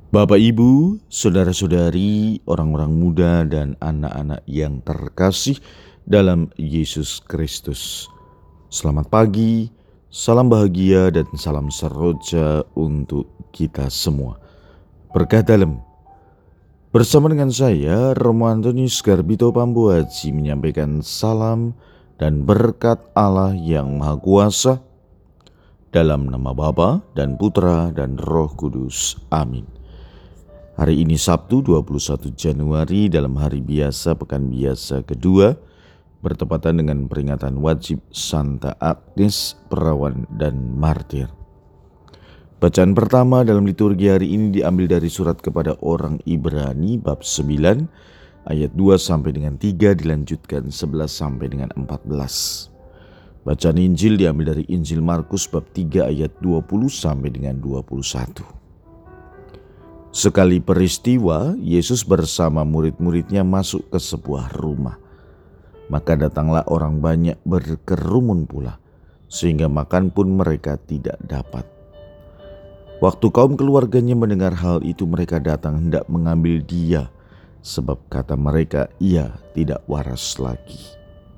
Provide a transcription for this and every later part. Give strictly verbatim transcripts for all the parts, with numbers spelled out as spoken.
Bapak, Ibu, saudara-saudari, orang-orang muda dan anak-anak yang terkasih dalam Yesus Kristus. Selamat pagi, salam bahagia dan salam seroja untuk kita semua. Berkah dalam. Bersama dengan saya, Romo Antonius Garbito Pambuaji menyampaikan salam dan berkat Allah yang Maha Kuasa dalam nama Bapa dan Putra dan Roh Kudus. Amin. Hari ini Sabtu dua puluh satu Januari dalam hari biasa pekan biasa kedua, bertepatan dengan peringatan wajib Santa Agnes Perawan dan Martir. Bacaan pertama dalam liturgi hari ini diambil dari surat kepada orang Ibrani bab sembilan ayat dua sampai dengan tiga, dilanjutkan sebelas sampai dengan empat belas. Bacaan Injil diambil dari Injil Markus bab tiga ayat dua puluh sampai dengan dua puluh satu. Sekali peristiwa, Yesus bersama murid-muridnya masuk ke sebuah rumah. Maka datanglah orang banyak berkerumun pula, sehingga makan pun mereka tidak dapat. Waktu kaum keluarganya mendengar hal itu, mereka datang hendak mengambil dia, sebab kata mereka, ia tidak waras lagi.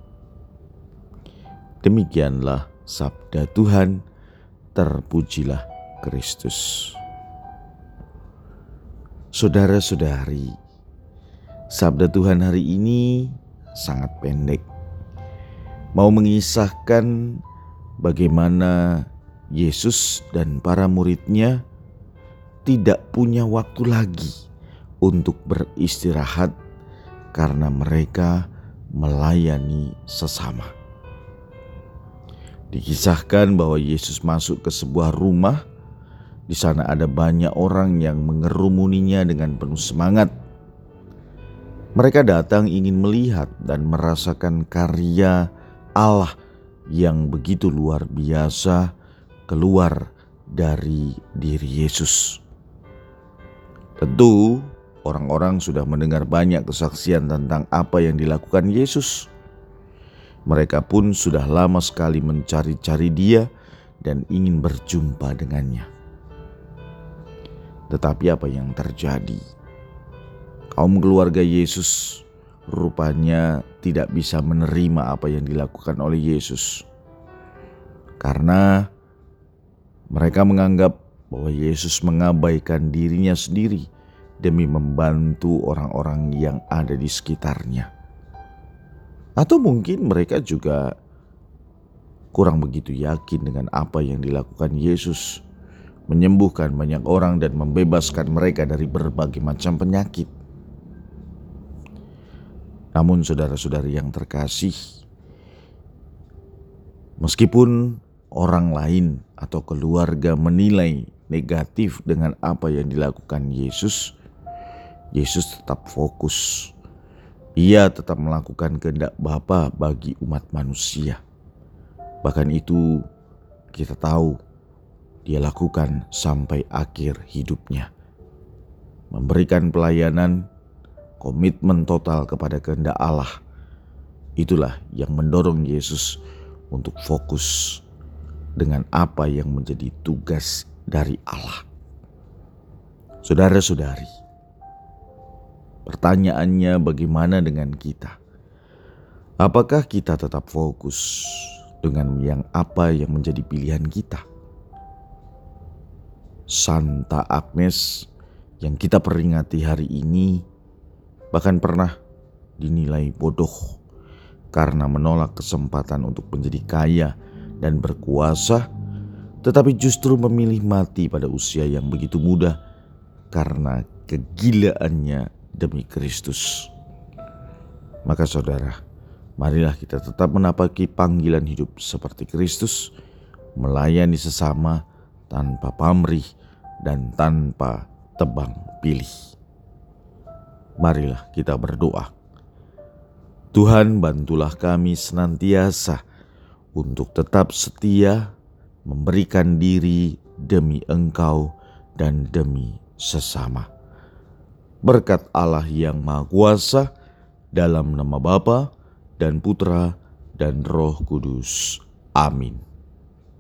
Demikianlah sabda Tuhan, terpujilah Kristus. Saudara-saudari, sabda Tuhan hari ini sangat pendek. Mau mengisahkan bagaimana Yesus dan para muridnya tidak punya waktu lagi untuk beristirahat karena mereka melayani sesama. Dikisahkan bahwa Yesus masuk ke sebuah rumah. Di sana ada banyak orang yang mengerumuninya dengan penuh semangat. Mereka datang ingin melihat dan merasakan karya Allah yang begitu luar biasa keluar dari diri Yesus. Tentu orang-orang sudah mendengar banyak kesaksian tentang apa yang dilakukan Yesus. Mereka pun sudah lama sekali mencari-cari Dia dan ingin berjumpa dengannya. Tetapi apa yang terjadi? Kaum keluarga Yesus rupanya tidak bisa menerima apa yang dilakukan oleh Yesus. Karena mereka menganggap bahwa Yesus mengabaikan dirinya sendiri demi membantu orang-orang yang ada di sekitarnya. Atau mungkin mereka juga kurang begitu yakin dengan apa yang dilakukan Yesus, menyembuhkan banyak orang dan membebaskan mereka dari berbagai macam penyakit. Namun saudara-saudari yang terkasih, meskipun orang lain atau keluarga menilai negatif dengan apa yang dilakukan Yesus, Yesus tetap fokus. Ia tetap melakukan kehendak Bapa bagi umat manusia. Bahkan itu kita tahu Dia lakukan sampai akhir hidupnya. Memberikan pelayanan, komitmen total kepada kehendak Allah. Itulah yang mendorong Yesus untuk fokus dengan apa yang menjadi tugas dari Allah. Saudara-saudari, pertanyaannya bagaimana dengan kita? Apakah kita tetap fokus dengan yang apa yang menjadi pilihan kita? Santa Agnes yang kita peringati hari ini bahkan pernah dinilai bodoh karena menolak kesempatan untuk menjadi kaya dan berkuasa, tetapi justru memilih mati pada usia yang begitu muda karena kegilaannya demi Kristus. Maka saudara, marilah kita tetap menapaki panggilan hidup seperti Kristus, melayani sesama tanpa pamrih dan tanpa tebang pilih. Marilah kita berdoa. Tuhan, bantulah kami senantiasa untuk tetap setia memberikan diri demi Engkau dan demi sesama. Berkat Allah yang Maha Kuasa, dalam nama Bapa dan Putra dan Roh Kudus. Amin.